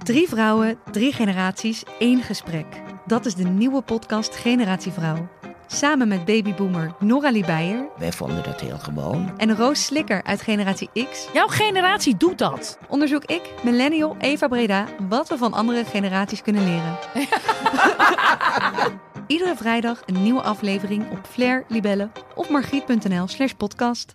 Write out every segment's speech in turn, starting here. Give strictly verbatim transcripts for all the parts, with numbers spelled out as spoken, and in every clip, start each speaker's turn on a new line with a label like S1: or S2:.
S1: Drie vrouwen, drie generaties, één gesprek. Dat is de nieuwe podcast Generatie Vrouw. Samen met babyboomer Noralie Beijer.
S2: Wij vonden dat heel gewoon.
S1: En Roos Slikker uit Generatie X.
S3: Jouw generatie doet dat.
S1: Onderzoek ik, millennial Eva Breda, wat we van andere generaties kunnen leren. Iedere vrijdag een nieuwe aflevering op Flair, Libelle of margriet.nl slash podcast.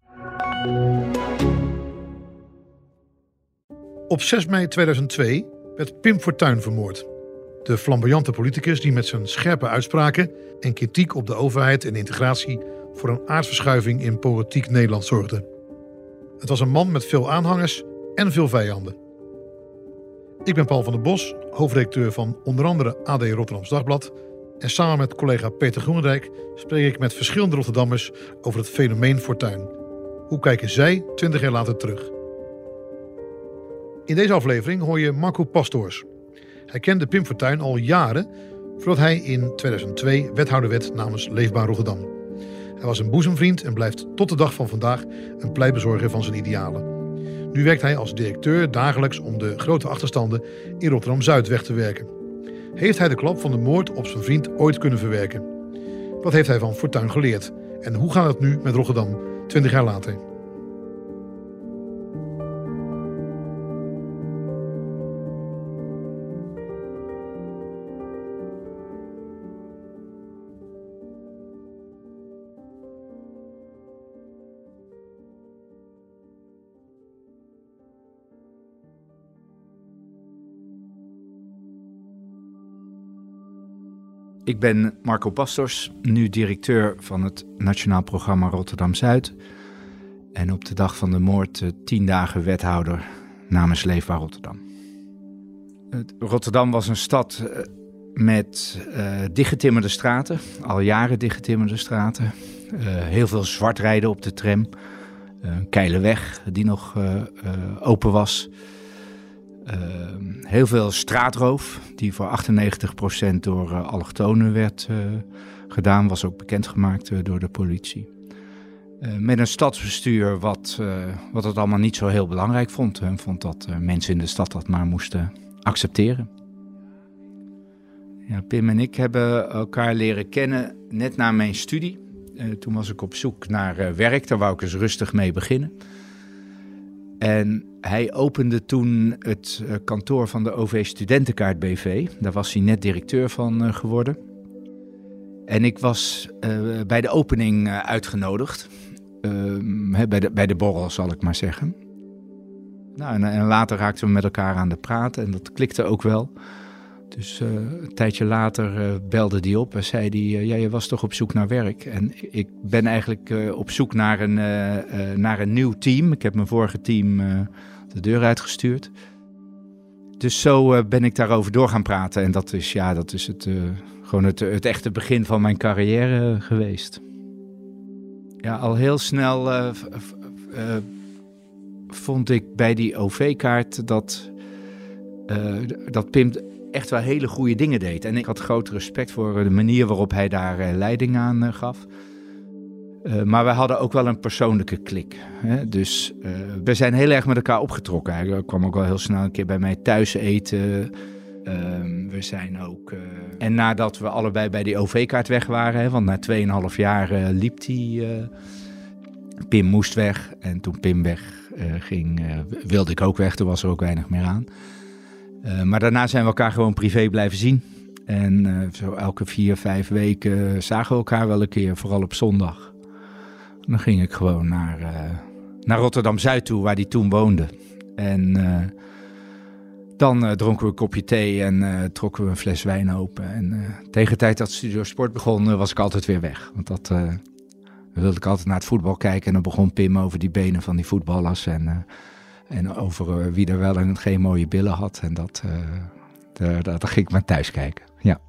S4: Op zes mei tweeduizend twee werd Pim Fortuyn vermoord. De flamboyante politicus die met zijn scherpe uitspraken en kritiek op de overheid en integratie voor een aardverschuiving in politiek Nederland zorgde. Het was een man met veel aanhangers en veel vijanden. Ik ben Paul van der Bos, hoofdredacteur van onder andere A D Rotterdams Dagblad. En samen met collega Peter Groenendijk spreek ik met verschillende Rotterdammers over het fenomeen Fortuyn. Hoe kijken zij twintig jaar later terug? In deze aflevering hoor je Marco Pastoors. Hij kende Pim Fortuyn al jaren voordat hij in tweeduizend twee wethouder werd namens Leefbaar Rotterdam. Hij was een boezemvriend en blijft tot de dag van vandaag een pleitbezorger van zijn idealen. Nu werkt hij als directeur dagelijks om de grote achterstanden in Rotterdam-Zuid weg te werken. Heeft hij de klap van de moord op zijn vriend ooit kunnen verwerken? Wat heeft hij van Fortuyn geleerd? En hoe gaat het nu met Rotterdam, twintig jaar later?
S5: Ik ben Marco Pastoors, nu directeur van het Nationaal Programma Rotterdam-Zuid. En op de dag van de moord uh, tien dagen wethouder namens Leefbaar Rotterdam. Het, Rotterdam was een stad uh, met uh, dichtgetimmerde straten, al jaren dichtgetimmerde straten. Uh, heel veel zwart rijden op de tram. Uh, een Keileweg die nog uh, uh, open was. Uh, heel veel straatroof, die voor achtennegentig procent door uh, allochtonen werd uh, gedaan, was ook bekendgemaakt uh, door de politie. Uh, met een stadsbestuur wat, uh, wat het allemaal niet zo heel belangrijk vond. En vond dat uh, mensen in de stad dat maar moesten accepteren. Ja, Pim en ik hebben elkaar leren kennen net na mijn studie. Uh, toen was ik op zoek naar uh, werk, daar wou ik eens rustig mee beginnen. En hij opende toen het uh, kantoor van de O V Studentenkaart B V. Daar was hij net directeur van uh, geworden. En ik was uh, bij de opening uh, uitgenodigd. Uh, he, bij, de, bij de borrel, zal ik maar zeggen. Nou, en, en later raakten we met elkaar aan de praten en dat klikte ook wel. Dus uh, een tijdje later uh, belde hij op en zei hij, uh, ja, je was toch op zoek naar werk. En ik ben eigenlijk uh, op zoek naar een, uh, uh, naar een nieuw team. Ik heb mijn vorige team uh, de deur uitgestuurd. Dus zo uh, ben ik daarover door gaan praten. En dat is, ja, dat is het, uh, gewoon het, het echte begin van mijn carrière uh, geweest. Ja, al heel snel uh, f- f- uh, vond ik bij die O V-kaart dat, uh, dat Pim echt wel hele goede dingen deed. En ik had groot respect voor de manier waarop hij daar uh, leiding aan uh, gaf. Uh, maar we hadden ook wel een persoonlijke klik. Hè? Dus uh, we zijn heel erg met elkaar opgetrokken. Hij kwam ook wel heel snel een keer bij mij thuis eten. Uh, we zijn ook... Uh... En nadat we allebei bij die O V-kaart weg waren, hè, want na tweeënhalf jaar uh, liep hij... Uh... Pim moest weg. En toen Pim weg uh, ging, uh, wilde ik ook weg. Toen was er ook weinig meer aan. Uh, maar daarna zijn we elkaar gewoon privé blijven zien. En uh, zo elke vier, vijf weken zagen we elkaar wel een keer, vooral op zondag. En dan ging ik gewoon naar, uh, naar Rotterdam-Zuid toe, waar hij toen woonde. En uh, dan uh, dronken we een kopje thee en uh, trokken we een fles wijn open. En uh, tegen de tijd dat Studio Sport begon, uh, was ik altijd weer weg. Want dat uh, wilde ik altijd naar het voetbal kijken. En dan begon Pim over die benen van die voetballers en... Uh, En over uh, wie er wel en geen mooie billen had. En dat, uh, daar, daar ging ik maar thuis kijken. Ja.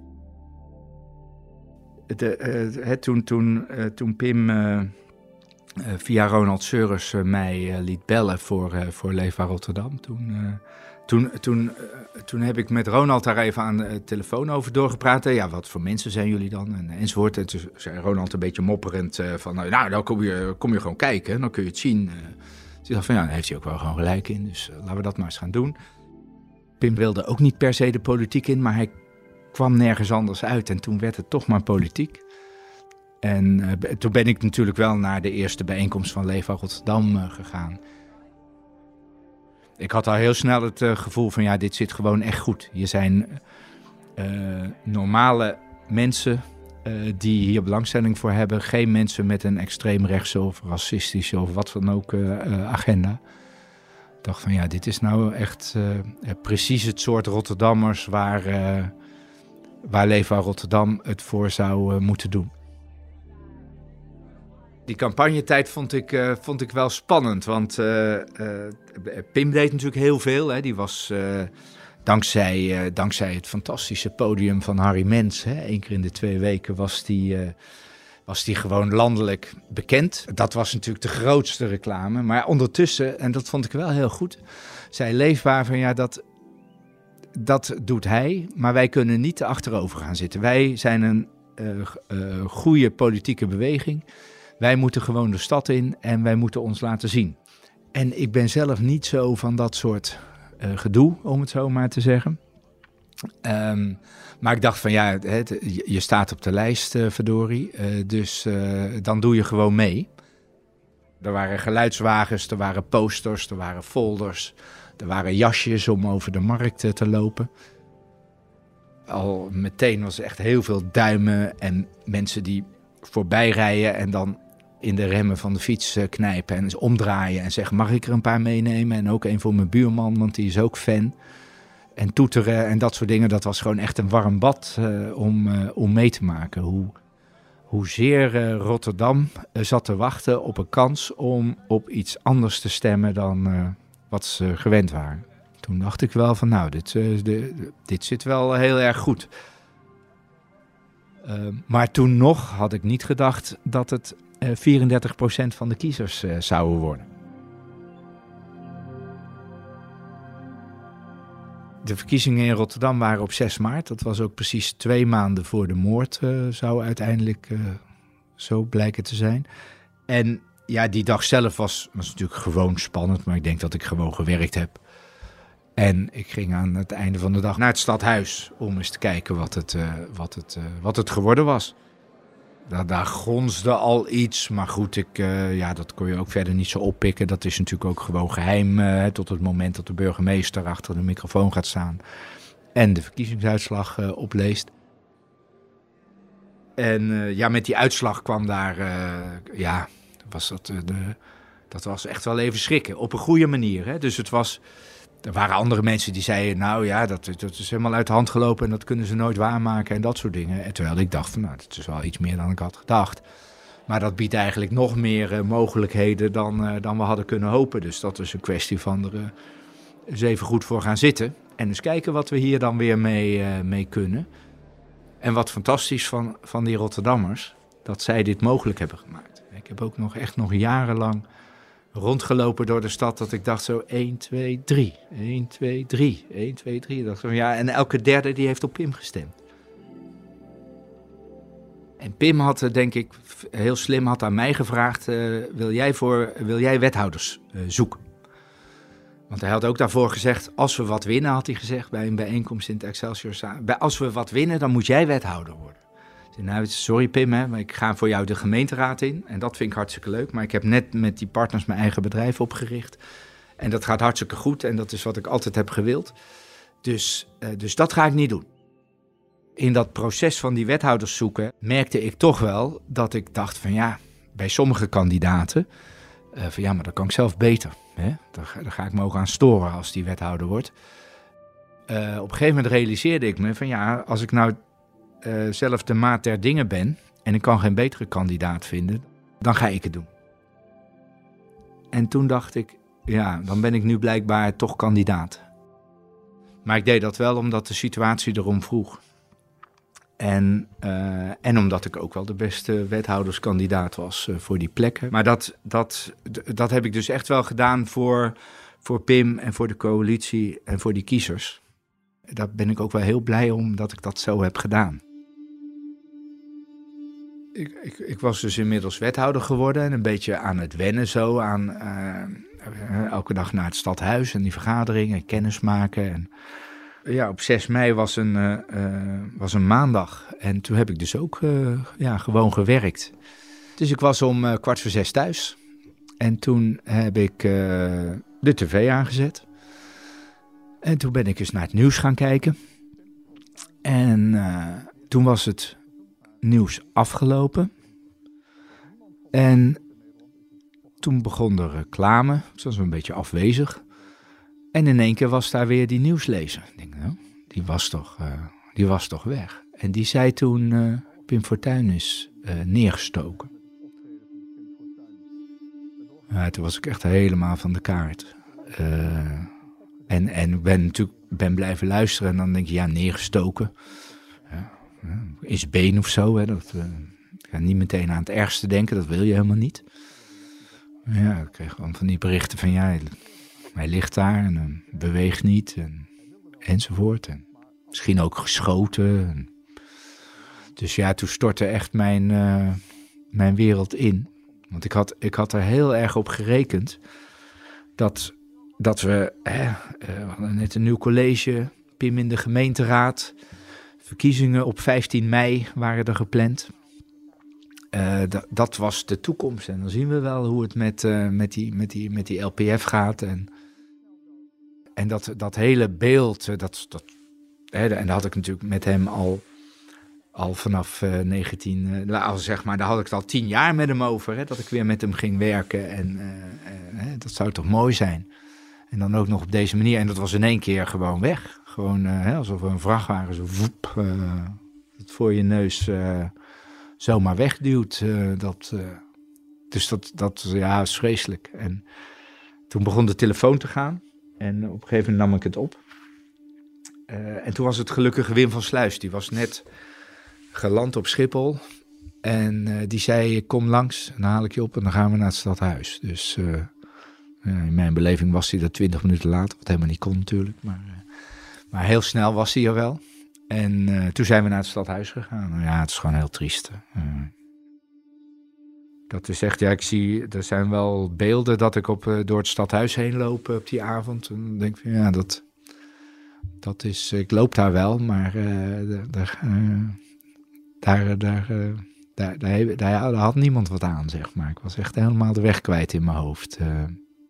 S5: De, uh, he, toen, toen, uh, toen Pim uh, uh, via Ronald Seurers uh, mij uh, liet bellen voor, uh, voor Leefbaar Rotterdam. Toen, uh, toen, toen, uh, toen heb ik met Ronald daar even aan de telefoon over doorgepraat. Ja, wat voor mensen zijn jullie dan? En, enzovoort. En toen zei Ronald een beetje mopperend uh, van... Nou, dan kom je, kom je gewoon kijken. Dan kun je het zien... Uh, Dus ik dacht van ja, daar heeft hij ook wel gewoon gelijk in. Dus uh, laten we dat maar eens gaan doen. Pim wilde ook niet per se de politiek in, maar hij kwam nergens anders uit. En toen werd het toch maar politiek. En uh, toen ben ik natuurlijk wel naar de eerste bijeenkomst van Leefbaar Rotterdam uh, gegaan. Ik had al heel snel het uh, gevoel van ja, dit zit gewoon echt goed. Hier zijn uh, normale mensen uh, die hier belangstelling voor hebben. Geen mensen met een extreemrechtse of racistische of wat dan ook uh, uh, agenda. Ik dacht van ja, dit is nou echt uh, precies het soort Rotterdammers waar, uh, waar Leefbaar Rotterdam het voor zou uh, moeten doen. Die campagnetijd vond ik, uh, vond ik wel spannend, want uh, uh, Pim deed natuurlijk heel veel. Hè. Die was uh, dankzij, uh, dankzij het fantastische podium van Harry Mens, hè, één keer in de twee weken was die, uh, was die gewoon landelijk bekend. Dat was natuurlijk de grootste reclame, maar ondertussen, en dat vond ik wel heel goed, zei Leefbaar van ja, dat, dat doet hij, maar wij kunnen niet achterover gaan zitten. Wij zijn een uh, uh, goede politieke beweging. Wij moeten gewoon de stad in en wij moeten ons laten zien. En ik ben zelf niet zo van dat soort uh, gedoe, om het zo maar te zeggen. Um, maar ik dacht van ja, het, je staat op de lijst, uh, verdorie. Uh, dus uh, dan doe je gewoon mee. Er waren geluidswagens, er waren posters, er waren folders. Er waren jasjes om over de markt uh, te lopen. Al meteen was er echt heel veel duimen en mensen die voorbij rijden en dan in de remmen van de fiets knijpen en omdraaien en zeggen, mag ik er een paar meenemen? En ook een voor mijn buurman, want die is ook fan. En toeteren en dat soort dingen, dat was gewoon echt een warm bad uh, om, uh, om mee te maken. Hoe, hoezeer uh, Rotterdam uh, zat te wachten op een kans om op iets anders te stemmen dan uh, wat ze gewend waren. Toen dacht ik wel van nou, dit, uh, de, dit zit wel heel erg goed. Uh, maar toen nog had ik niet gedacht dat het uh, vierendertig procent van de kiezers uh, zouden worden. De verkiezingen in Rotterdam waren op zes maart. Dat was ook precies twee maanden voor de moord uh, zou uiteindelijk uh, zo blijken te zijn. En ja, die dag zelf was, was natuurlijk gewoon spannend, maar ik denk dat ik gewoon gewerkt heb. En ik ging aan het einde van de dag naar het stadhuis om eens te kijken wat het, uh, wat het, uh, wat het geworden was. Daar, daar gonsde al iets, maar goed, ik, uh, ja, dat kon je ook verder niet zo oppikken. Dat is natuurlijk ook gewoon geheim uh, tot het moment dat de burgemeester achter de microfoon gaat staan en de verkiezingsuitslag uh, opleest. En uh, ja, met die uitslag kwam daar, uh, ja, was dat, uh, de, dat was echt wel even schrikken. Op een goede manier, hè? Dus het was... Er waren andere mensen die zeiden, nou ja, dat, dat is helemaal uit de hand gelopen en dat kunnen ze nooit waarmaken en dat soort dingen. En terwijl ik dacht van, nou, dat is wel iets meer dan ik had gedacht. Maar dat biedt eigenlijk nog meer uh, mogelijkheden dan, uh, dan we hadden kunnen hopen. Dus dat is een kwestie van er uh, eens even goed voor gaan zitten. En eens kijken wat we hier dan weer mee, uh, mee kunnen. En wat fantastisch van, van die Rotterdammers, dat zij dit mogelijk hebben gemaakt. Ik heb ook nog echt nog jarenlang rondgelopen door de stad, dat ik dacht zo één, twee, drie, één, twee, drie, één, twee, drie. Ik dacht van, ja, en elke derde die heeft op Pim gestemd. En Pim had, denk ik, heel slim had aan mij gevraagd, uh, wil, jij voor, wil jij wethouders uh, zoeken? Want hij had ook daarvoor gezegd, als we wat winnen, had hij gezegd bij een bijeenkomst in het Excelsior, als we wat winnen, dan moet jij wethouder worden. Nou, sorry Pim, hè, maar ik ga voor jou de gemeenteraad in. En dat vind ik hartstikke leuk. Maar ik heb net met die partners mijn eigen bedrijf opgericht. En dat gaat hartstikke goed. En dat is wat ik altijd heb gewild. Dus, uh, dus dat ga ik niet doen. In dat proces van die wethouders zoeken merkte ik toch wel dat ik dacht van ja, bij sommige kandidaten, uh, van ja, maar dat kan ik zelf beter. Hè? Daar, daar ga ik me ook aan storen als die wethouder wordt. Uh, op een gegeven moment realiseerde ik me van ja, als ik nou Uh, zelf de maat der dingen ben en ik kan geen betere kandidaat vinden, dan ga ik het doen. En toen dacht ik, ja, dan ben ik nu blijkbaar toch kandidaat. Maar ik deed dat wel omdat de situatie erom vroeg. En, uh, en omdat ik ook wel de beste wethouderskandidaat was uh, voor die plekken. Maar dat, dat, dat heb ik dus echt wel gedaan voor, voor Pim en voor de coalitie en voor die kiezers. Daar ben ik ook wel heel blij om dat ik dat zo heb gedaan. Ik, ik, ik was dus inmiddels wethouder geworden en een beetje aan het wennen zo. Aan uh, elke dag naar het stadhuis en die vergaderingen en kennis maken. En ja, op zes mei was een, uh, uh, was een maandag. En toen heb ik dus ook uh, ja, gewoon gewerkt. Dus ik was om uh, kwart voor zes thuis. En toen heb ik uh, de tv aangezet. En toen ben ik eens naar het nieuws gaan kijken. En uh, toen was het nieuws afgelopen. En toen begon de reclame. Ze was een beetje afwezig. En in één keer was daar weer die nieuwslezer. Ik denk, nou, die was toch, uh, die was toch weg. En die zei toen, uh, Pim Fortuyn is uh, neergestoken. Ja, toen was ik echt helemaal van de kaart. Uh, en, en ben natuurlijk ben blijven luisteren en dan denk je, ja, neergestoken. Ja, is been of zo, hè. Dat, uh, ik ga niet meteen aan het ergste denken, dat wil je helemaal niet. Ja, ik kreeg gewoon van die berichten van, ja, hij ligt daar en uh, beweegt niet en, enzovoort. En misschien ook geschoten. En, dus ja, toen stortte echt mijn, uh, mijn wereld in. Want ik had, ik had er heel erg op gerekend dat, dat we, hè, we hadden net een nieuw college, Pim in de gemeenteraad, verkiezingen op vijftien mei waren er gepland. Uh, d- dat was de toekomst en dan zien we wel hoe het met, uh, met, die, met, die, met die L P F gaat. En, en dat, dat hele beeld, uh, dat, dat, hè, en daar had ik natuurlijk met hem al... Al vanaf uh, negentien, uh, al zeg maar, daar had ik het al tien jaar met hem over. Hè, dat ik weer met hem ging werken. En uh, uh, dat zou toch mooi zijn. En dan ook nog op deze manier. En dat was in één keer gewoon weg. Gewoon uh, hè, alsof een vrachtwagen zo voep, uh, het voor je neus uh, zomaar wegduwt. Uh, dat, uh, dus dat, dat ja, is vreselijk. En toen begon de telefoon te gaan. En op een gegeven moment nam ik het op. Uh, en toen was het gelukkige Wim van Sluis. Die was net geland op Schiphol. En uh, die zei, kom langs en dan haal ik je op en dan gaan we naar het stadhuis. Dus uh, ja, in mijn beleving was hij er twintig minuten later. Wat helemaal niet kon natuurlijk. Maar, uh, maar heel snel was hij er wel. En uh, toen zijn we naar het stadhuis gegaan. Nou ja, het is gewoon heel triest. Uh, dat is echt, ja, ik zie, er zijn wel beelden dat ik op, uh, door het stadhuis heen loop uh, op die avond. En dan denk ik, ja, dat, dat is, ik loop daar wel, maar uh, daar... Uh, Daar, daar, daar, daar, daar had niemand wat aan, zeg maar. Ik was echt helemaal de weg kwijt in mijn hoofd. Uh,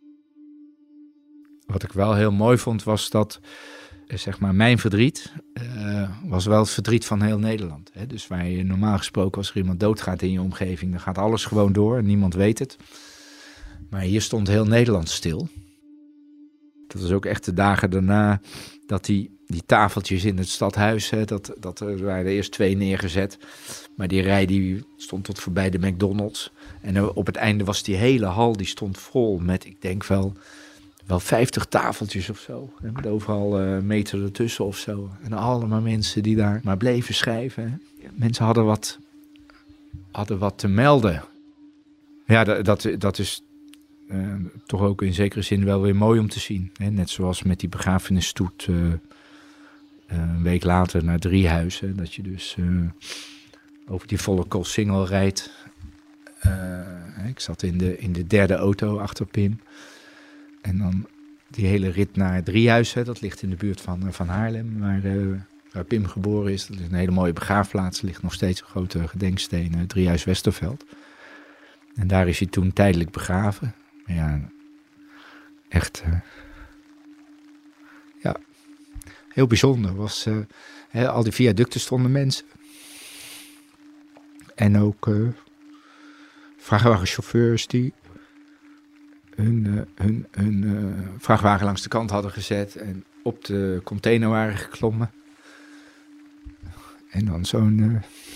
S5: wat ik wel heel mooi vond, was dat, zeg maar, mijn verdriet uh, was wel het verdriet van heel Nederland. Hè? Dus waar je normaal gesproken, als er iemand doodgaat in je omgeving, dan gaat alles gewoon door en niemand weet het. Maar hier stond heel Nederland stil. Dat was ook echt de dagen daarna dat die, die tafeltjes in het stadhuis, hè, dat, dat er waren er eerst twee neergezet. Maar die rij die stond tot voorbij de McDonald's. En op het einde was die hele hal, die stond vol met, ik denk wel, wel vijftig tafeltjes of zo. Hè, met overal uh, meter ertussen of zo. En allemaal mensen die daar maar bleven schrijven. Hè. Mensen hadden wat, hadden wat te melden. Ja, dat, dat, dat is... Uh, toch ook in zekere zin wel weer mooi om te zien. Hè? Net zoals met die begrafenisstoet uh, uh, een week later naar Driehuizen. Dat je dus uh, over die volle Koolsingel rijdt. Uh, ik zat in de, in de derde auto achter Pim. En dan die hele rit naar Driehuizen. Dat ligt in de buurt van, uh, van Haarlem. Waar, uh, waar Pim geboren is. Dat is een hele mooie begraafplaats. Er ligt nog steeds een grote gedenksteen. Uh, Driehuis Westerveld. En daar is hij toen tijdelijk begraven. Ja, echt, uh, ja, heel bijzonder. Was, uh, hè, al die viaducten stonden mensen. En ook uh, vrachtwagenchauffeurs die hun, uh, hun, hun uh, vrachtwagen langs de kant hadden gezet en op de container waren geklommen. En dan zo'n... Uh,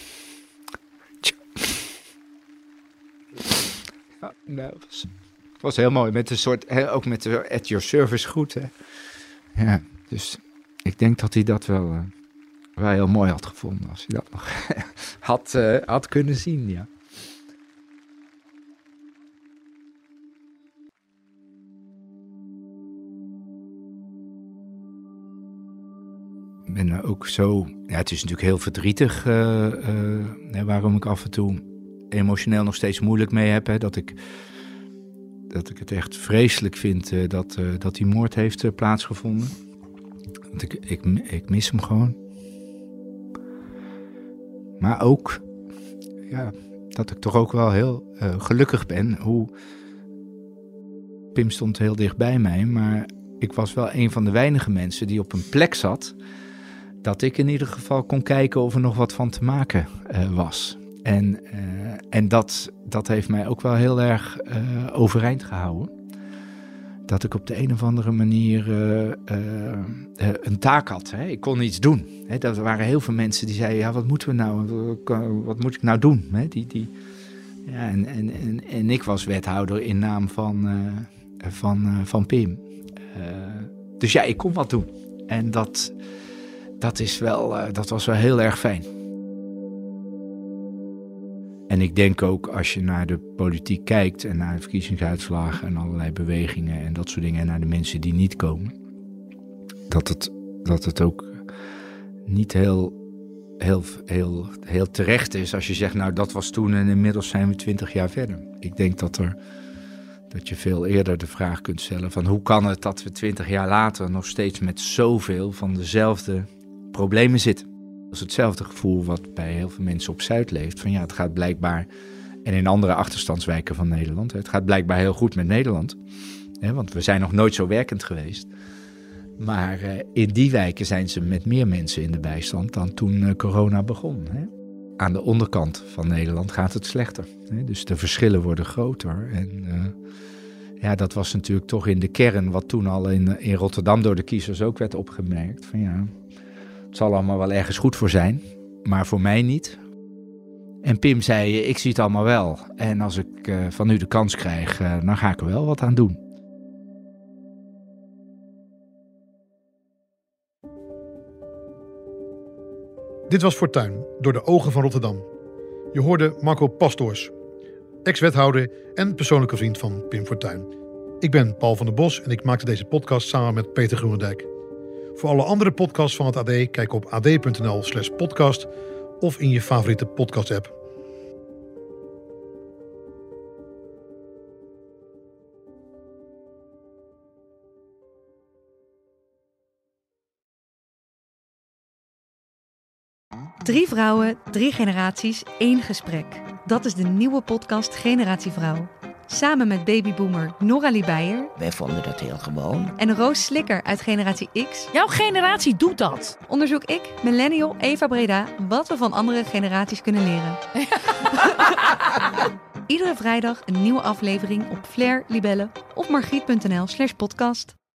S5: ja, nou, was... Het was heel mooi, met een soort, hè, ook met de at your service goed. Hè. Ja, dus ik denk dat hij dat wel, uh, wel heel mooi had gevonden als hij dat nog had, uh, had kunnen zien, ja. Ik ben ook zo, ja, het is natuurlijk heel verdrietig, uh, uh, waarom ik af en toe emotioneel nog steeds moeilijk mee heb, hè, dat ik... Dat ik het echt vreselijk vind uh, dat, uh, dat die moord heeft uh, plaatsgevonden. Want ik, ik, ik mis hem gewoon. Maar ook, ja, dat ik toch ook wel heel uh, gelukkig ben. Hoe Pim stond heel dicht bij mij, maar ik was wel een van de weinige mensen die op een plek zat dat ik in ieder geval kon kijken of er nog wat van te maken uh, was. En, uh, en dat, dat heeft mij ook wel heel erg uh, overeind gehouden. Dat ik op de een of andere manier uh, uh, uh, een taak had. Hè? Ik kon iets doen. Hè? Er waren heel veel mensen die zeiden, ja, wat moeten we nou? Wat moet ik nou doen? Hè? Die, die, ja, en, en, en, en ik was wethouder in naam van, uh, van, uh, van Pim. Uh, dus ja, ik kon wat doen. En dat, dat, is wel, uh, dat was wel heel erg fijn. En ik denk ook, als je naar de politiek kijkt en naar de verkiezingsuitslagen en allerlei bewegingen en dat soort dingen en naar de mensen die niet komen, dat het, dat het ook niet heel, heel, heel, heel terecht is als je zegt, nou dat was toen en inmiddels zijn we twintig jaar verder. Ik denk dat, er, dat je veel eerder de vraag kunt stellen van hoe kan het dat we twintig jaar later nog steeds met zoveel van dezelfde problemen zitten. Dat is hetzelfde gevoel wat bij heel veel mensen op Zuid leeft. Van ja, het gaat blijkbaar, en in andere achterstandswijken van Nederland, het gaat blijkbaar heel goed met Nederland. Hè, want we zijn nog nooit zo werkend geweest. Maar uh, in die wijken zijn ze met meer mensen in de bijstand dan toen uh, corona begon. Hè. Aan de onderkant van Nederland gaat het slechter. Hè, dus de verschillen worden groter. En uh, ja, dat was natuurlijk toch in de kern wat toen al in, in Rotterdam door de kiezers ook werd opgemerkt. Van ja, het zal allemaal wel ergens goed voor zijn, maar voor mij niet. En Pim zei, ik zie het allemaal wel. En als ik uh, van u de kans krijg, uh, dan ga ik er wel wat aan doen.
S4: Dit was Fortuyn, door de ogen van Rotterdam. Je hoorde Marco Pastoors, ex-wethouder en persoonlijke vriend van Pim Fortuyn. Ik ben Paul van der Bos en ik maakte deze podcast samen met Peter Groenendijk. Voor alle andere podcasts van het A D, kijk op ad.nl slash podcast of in je favoriete podcast-app.
S1: Drie vrouwen, drie generaties, één gesprek. Dat is de nieuwe podcast Generatie Vrouw. Samen met babyboomer Noralie Beijer.
S2: Wij vonden dat heel gewoon.
S1: En Roos Slikker uit Generatie X.
S3: Jouw generatie doet dat.
S1: Onderzoek ik, millennial Eva Breda, wat we van andere generaties kunnen leren. Iedere vrijdag een nieuwe aflevering op Flair, Libelle of margriet.nl slash podcast.